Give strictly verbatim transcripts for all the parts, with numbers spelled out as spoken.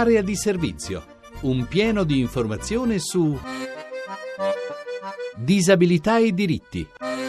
Area di servizio. Un pieno di informazione su disabilità e diritti.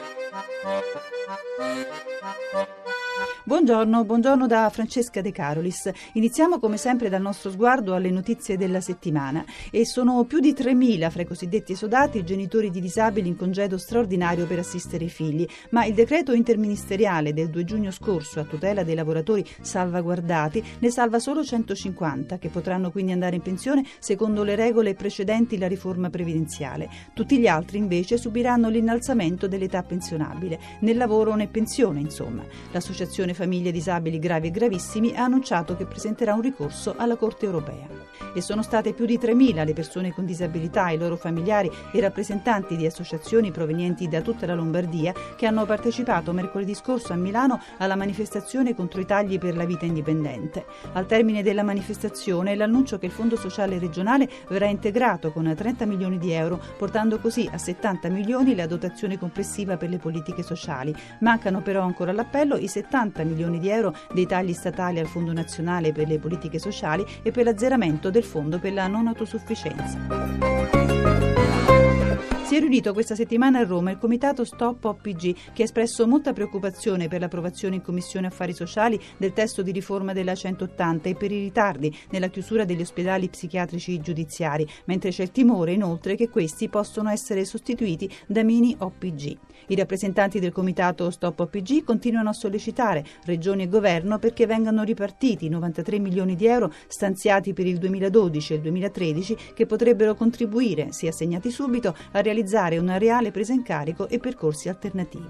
Buongiorno, buongiorno da Francesca De Carolis. Iniziamo come sempre dal nostro sguardo alle notizie della settimana e sono più di tremila fra i cosiddetti esodati i genitori di disabili in congedo straordinario per assistere i figli, ma il decreto interministeriale del due giugno scorso a tutela dei lavoratori salvaguardati ne salva solo centocinquanta, che potranno quindi andare in pensione secondo le regole precedenti la riforma previdenziale. Tutti gli altri invece subiranno l'innalzamento dell'età pensionabile, nel lavoro né pensione insomma. L'associazione Famiglie Disabili Gravi e Gravissimi ha annunciato che presenterà un ricorso alla Corte europea. E sono state più di tremila le persone con disabilità, i loro familiari e rappresentanti di associazioni provenienti da tutta la Lombardia che hanno partecipato mercoledì scorso a Milano alla manifestazione contro i tagli per la vita indipendente. Al termine della manifestazione l'annuncio che il Fondo Sociale Regionale verrà integrato con trenta milioni di euro, portando così a settanta milioni la dotazione complessiva per le politiche sociali. Mancano però ancora all'appello i settanta milioni di euro dei tagli statali al Fondo Nazionale per le Politiche Sociali e per l'azzeramento del Fondo per la non autosufficienza. Si è riunito questa settimana a Roma il comitato Stop O P G, che ha espresso molta preoccupazione per l'approvazione in Commissione Affari Sociali del testo di riforma della centottanta e per i ritardi nella chiusura degli ospedali psichiatrici giudiziari, mentre c'è il timore inoltre che questi possono essere sostituiti da mini O P G. I rappresentanti del comitato Stop O P G continuano a sollecitare Regioni e Governo perché vengano ripartiti i novantatré milioni di euro stanziati per il duemiladodici e il duemilatredici che potrebbero contribuire, se assegnati subito, a realizzare realizzare una reale presa in carico e percorsi alternativi.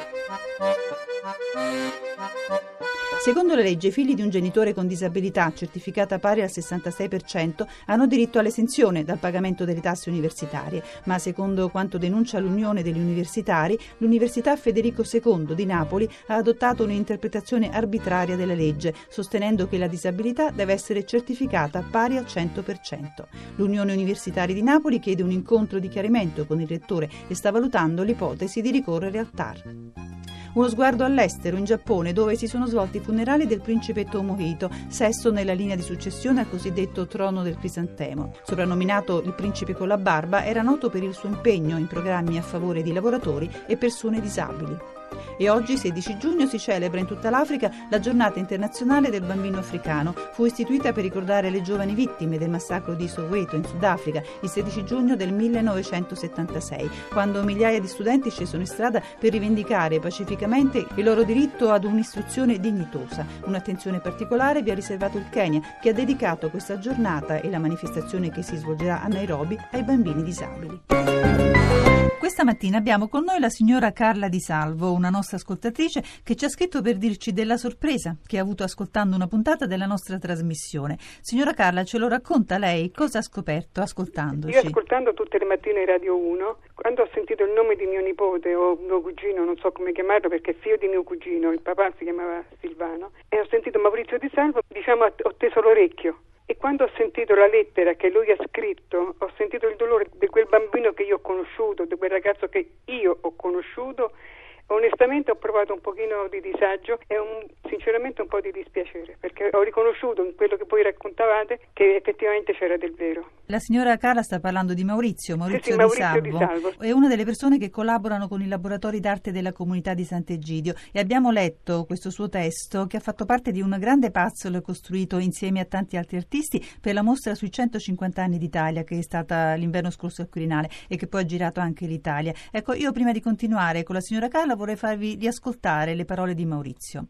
Secondo la legge, i figli di un genitore con disabilità certificata pari al sessantasei per cento hanno diritto all'esenzione dal pagamento delle tasse universitarie, ma secondo quanto denuncia l'Unione degli Universitari, l'Università Federico secondo di Napoli ha adottato un'interpretazione arbitraria della legge, sostenendo che la disabilità deve essere certificata pari al cento per cento. L'Unione Universitaria di Napoli chiede un incontro di chiarimento con il rettore e sta valutando l'ipotesi di ricorrere al T A R. Uno sguardo all'estero, in Giappone, dove si sono svolti i funerali del principe Tomohito, sesto nella linea di successione al cosiddetto trono del crisantemo. Soprannominato il principe con la barba, era noto per il suo impegno in programmi a favore di lavoratori e persone disabili. E oggi, sedici giugno, si celebra in tutta l'Africa la giornata internazionale del bambino africano. Fu istituita per ricordare le giovani vittime del massacro di Soweto in Sudafrica il sedici giugno del millenovecentosettantasei, quando migliaia di studenti scesero in strada per rivendicare pacificamente il loro diritto ad un'istruzione dignitosa. Un'attenzione particolare vi ha riservato il Kenya, che ha dedicato questa giornata e la manifestazione che si svolgerà a Nairobi ai bambini disabili. Questa mattina abbiamo con noi la signora Carla Di Salvo, una nostra ascoltatrice che ci ha scritto per dirci della sorpresa che ha avuto ascoltando una puntata della nostra trasmissione. Signora Carla, ce lo racconta lei? Cosa ha scoperto ascoltandoci? Io ascoltando tutte le mattine Radio uno, quando ho sentito il nome di mio nipote o mio cugino, non so come chiamarlo perché è figlio di mio cugino, il papà si chiamava Silvano, e ho sentito Maurizio Di Salvo, diciamo ho teso l'orecchio. E quando ho sentito la lettera che lui ha scritto, ho sentito il dolore di quel bambino che io ho conosciuto, di quel ragazzo che io ho conosciuto. Onestamente ho provato un pochino di disagio e un, sinceramente un po' di dispiacere, perché ho riconosciuto in quello che voi raccontavate che effettivamente c'era del vero. La signora Carla sta parlando di Maurizio, Maurizio, sì, sì, Di, Maurizio Salvo. Di Salvo. È una delle persone che collaborano con i laboratori d'arte della comunità di Sant'Egidio e abbiamo letto questo suo testo che ha fatto parte di un grande puzzle costruito insieme a tanti altri artisti per la mostra sui centocinquanta anni d'Italia che è stata l'inverno scorso al Quirinale e che poi ha girato anche l'Italia. Ecco, io prima di continuare con la signora Carla vorrei farvi riascoltare le parole di Maurizio.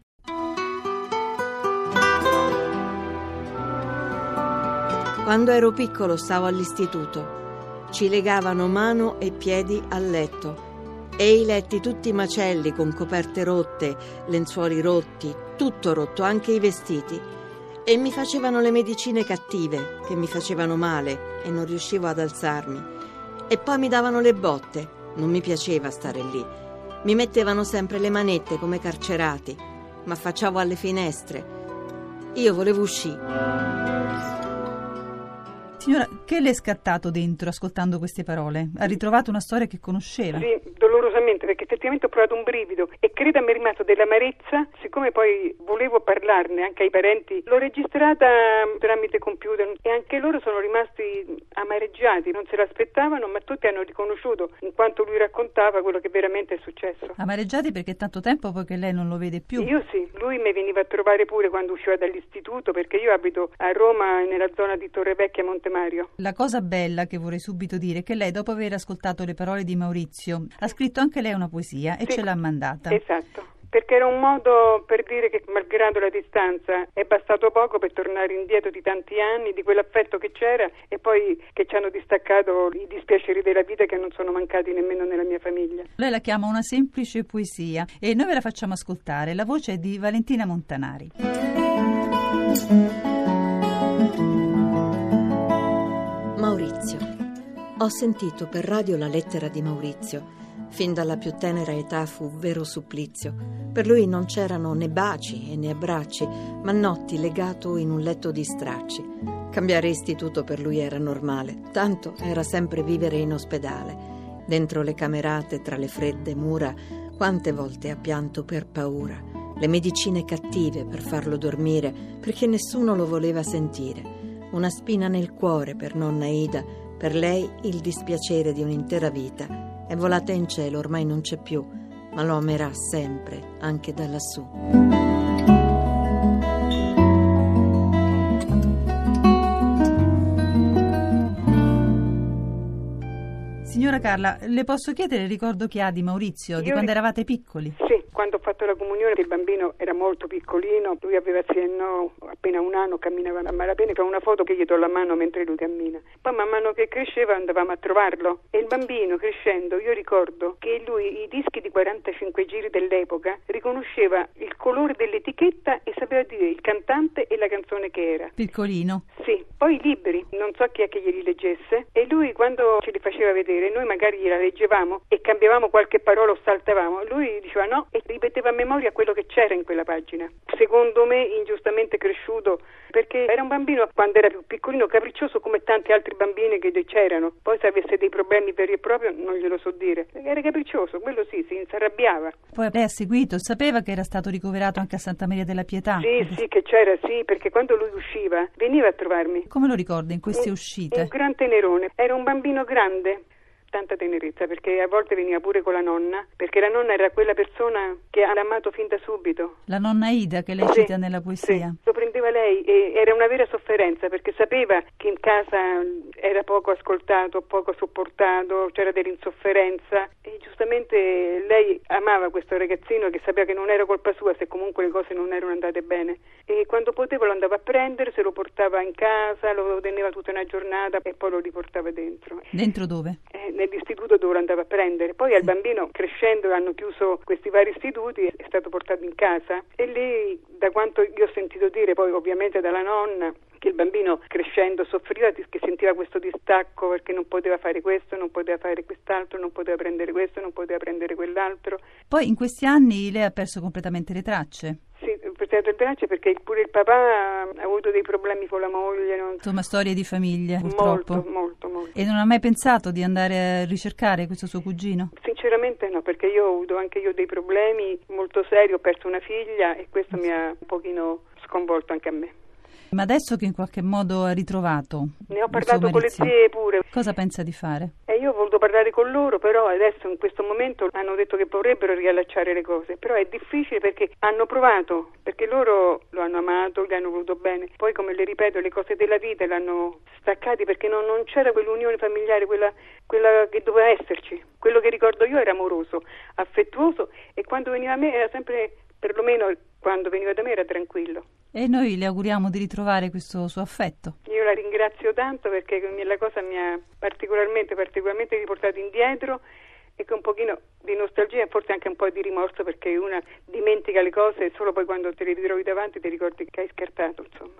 Quando ero piccolo stavo all'istituto. Ci legavano mano e piedi al letto e i letti tutti macelli con coperte rotte, lenzuoli rotti, tutto rotto, anche i vestiti. E mi facevano le medicine cattive che mi facevano male e non riuscivo ad alzarmi. E poi mi davano le botte, non mi piaceva stare lì. Mi mettevano sempre le manette come carcerati, ma affacciavo alle finestre. Io volevo uscire. Signora, Che le è scattato dentro ascoltando queste parole? Ha ritrovato una storia che conosceva? Sì, dolorosamente, perché effettivamente ho provato un brivido e credo mi è rimasto dell'amarezza. Siccome poi volevo parlarne anche ai parenti, l'ho registrata tramite computer e anche loro sono rimasti amareggiati, non se l'aspettavano, ma tutti hanno riconosciuto in quanto lui raccontava quello che veramente è successo. Amareggiati perché è tanto tempo poi che lei non lo vede più? Io sì, lui mi veniva a trovare pure quando usciva dall'istituto, perché io abito a Roma nella zona di Torrevecchia Montemario. La cosa bella che vorrei subito dire è che lei, dopo aver ascoltato le parole di Maurizio, ha scritto anche lei una poesia e sì, ce l'ha mandata. Esatto. Perché era un modo per dire che, malgrado la distanza, è bastato poco per tornare indietro di tanti anni, di quell'affetto che c'era e poi che ci hanno distaccato i dispiaceri della vita che non sono mancati nemmeno nella mia famiglia. Lei la chiama una semplice poesia e noi ve la facciamo ascoltare. La voce è di Valentina Montanari. Maurizio. Ho sentito per radio la lettera di Maurizio. Fin dalla più tenera età fu vero supplizio. Per lui non c'erano né baci e né abbracci, ma notti legato in un letto di stracci. Cambiare istituto per lui era normale, tanto era sempre vivere in ospedale. Dentro le camerate, tra le fredde mura, quante volte ha pianto per paura. Le medicine cattive per farlo dormire, perché nessuno lo voleva sentire. Una spina nel cuore per nonna Ida, per lei il dispiacere di un'intera vita. È volata in cielo, ormai non c'è più, ma lo amerà sempre, anche da lassù. Signora Carla, le posso chiedere il ricordo che ha di Maurizio, di Io quando ri- eravate piccoli? Sì, quando ho fatto la comunione il bambino era molto piccolino, lui aveva sì e no, appena un anno, camminava a malapena, c'è una foto che gli do la mano mentre lui cammina. Poi man mano che cresceva andavamo a trovarlo e il bambino crescendo, io ricordo che lui i dischi di quarantacinque giri dell'epoca riconosceva il colore dell'etichetta e sapeva dire il cantante e la canzone che era. Piccolino? Sì, poi i libri, non so chi è che glieli leggesse e lui quando ce li faceva vedere noi magari gliela leggevamo e cambiavamo qualche parola o saltavamo, lui diceva no e ripeteva a memoria quello che c'era in quella pagina. Secondo me ingiustamente cresciuto, perché era un bambino quando era più piccolino capriccioso come tanti altri bambini che c'erano, poi se avesse dei problemi veri e propri non glielo so dire, era capriccioso, quello sì, si arrabbiava. Poi lei ha seguito, sapeva che era stato ricoverato anche a Santa Maria della Pietà? Sì, sì che c'era, sì, perché quando lui usciva veniva a trovarmi. Come lo ricorda in queste un, uscite? Un gran tenerone, era un bambino grande, tanta tenerezza, perché a volte veniva pure con la nonna, perché la nonna era quella persona che ha amato fin da subito. La nonna Ida che lei sì, cita nella poesia. Sì, lo prendeva lei e era una vera sofferenza, perché sapeva che in casa era poco ascoltato, poco sopportato, c'era dell'insofferenza e giustamente lei amava questo ragazzino che sapeva che non era colpa sua se comunque le cose non erano andate bene e quando poteva lo andava a prendere, se lo portava in casa, lo teneva tutta una giornata e poi lo riportava dentro. Dentro dove? Eh, nell'istituto dove lo andava a prendere. Poi sì. Al bambino crescendo hanno chiuso questi vari istituti, è stato portato in casa e lì, da quanto io ho sentito dire, poi ovviamente dalla nonna, che il bambino crescendo soffriva, che sentiva questo distacco perché non poteva fare questo, non poteva fare quest'altro, non poteva prendere questo, non poteva prendere quell'altro. Poi in questi anni lei ha perso completamente le tracce? Sì, ho perso le tracce perché pure il papà ha avuto dei problemi con la moglie. Non... Insomma, storie di famiglia, purtroppo. Molto, molto, molto. E non ha mai pensato di andare a ricercare questo suo cugino? Sinceramente no, perché io ho avuto anche io dei problemi molto seri, ho perso una figlia e questo mi ha un pochino sconvolto anche a me. Ma adesso che in qualche modo ha ritrovato ne ho parlato con le zie pure. Cosa pensa di fare? E io ho voluto parlare con loro, però adesso in questo momento hanno detto che vorrebbero riallacciare le cose, però è difficile perché hanno provato, perché loro lo hanno amato, gli hanno voluto bene, poi come le ripeto le cose della vita l'hanno staccati perché non, non c'era quell'unione familiare, quella, quella che doveva esserci. Quello che ricordo io era amoroso, affettuoso e quando veniva a me era sempre, perlomeno quando veniva da me era tranquillo. E noi le auguriamo di ritrovare questo suo affetto. Io la ringrazio tanto perché la cosa mi ha particolarmente, particolarmente riportato indietro e con un pochino di nostalgia e forse anche un po' di rimorso perché una dimentica le cose e solo poi quando te le ritrovi davanti ti ricordi che hai scartato, insomma.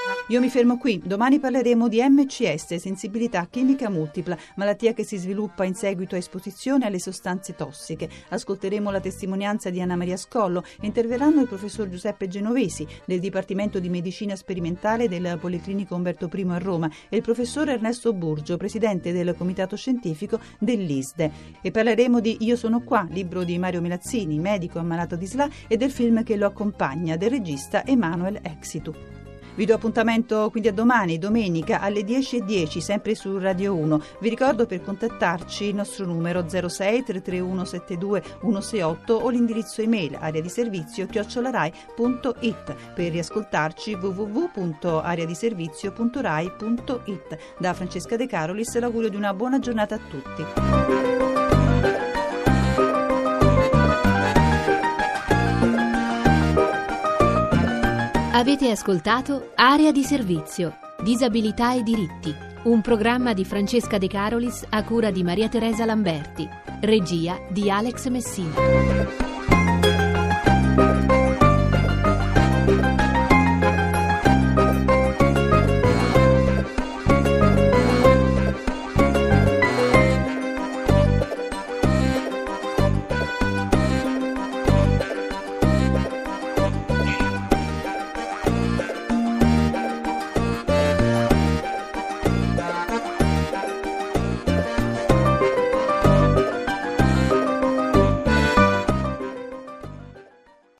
Io mi fermo qui, domani parleremo di M C S, sensibilità chimica multipla, malattia che si sviluppa in seguito a esposizione alle sostanze tossiche. Ascolteremo la testimonianza di Anna Maria Scollo e interverranno il professor Giuseppe Genovesi del Dipartimento di Medicina Sperimentale del Policlinico Umberto I a Roma e il professor Ernesto Burgio, presidente del Comitato Scientifico dell'I S D E. E parleremo di Io sono qua, libro di Mario Melazzini, medico ammalato di S L A, e del film che lo accompagna, del regista Emanuel Exitu. Vi do appuntamento quindi a domani, domenica, alle dieci e dieci, sempre su Radio uno. Vi ricordo per contattarci il nostro numero zero sei tre tre uno sette due uno sei otto o l'indirizzo email area di servizio chiocciola rai punto it. Per riascoltarci w w w punto area di servizio punto rai punto it. Da Francesca De Carolis l'augurio di una buona giornata a tutti. Avete ascoltato Area di Servizio, Disabilità e Diritti, un programma di Francesca De Carolis a cura di Maria Teresa Lamberti, regia di Alex Messina.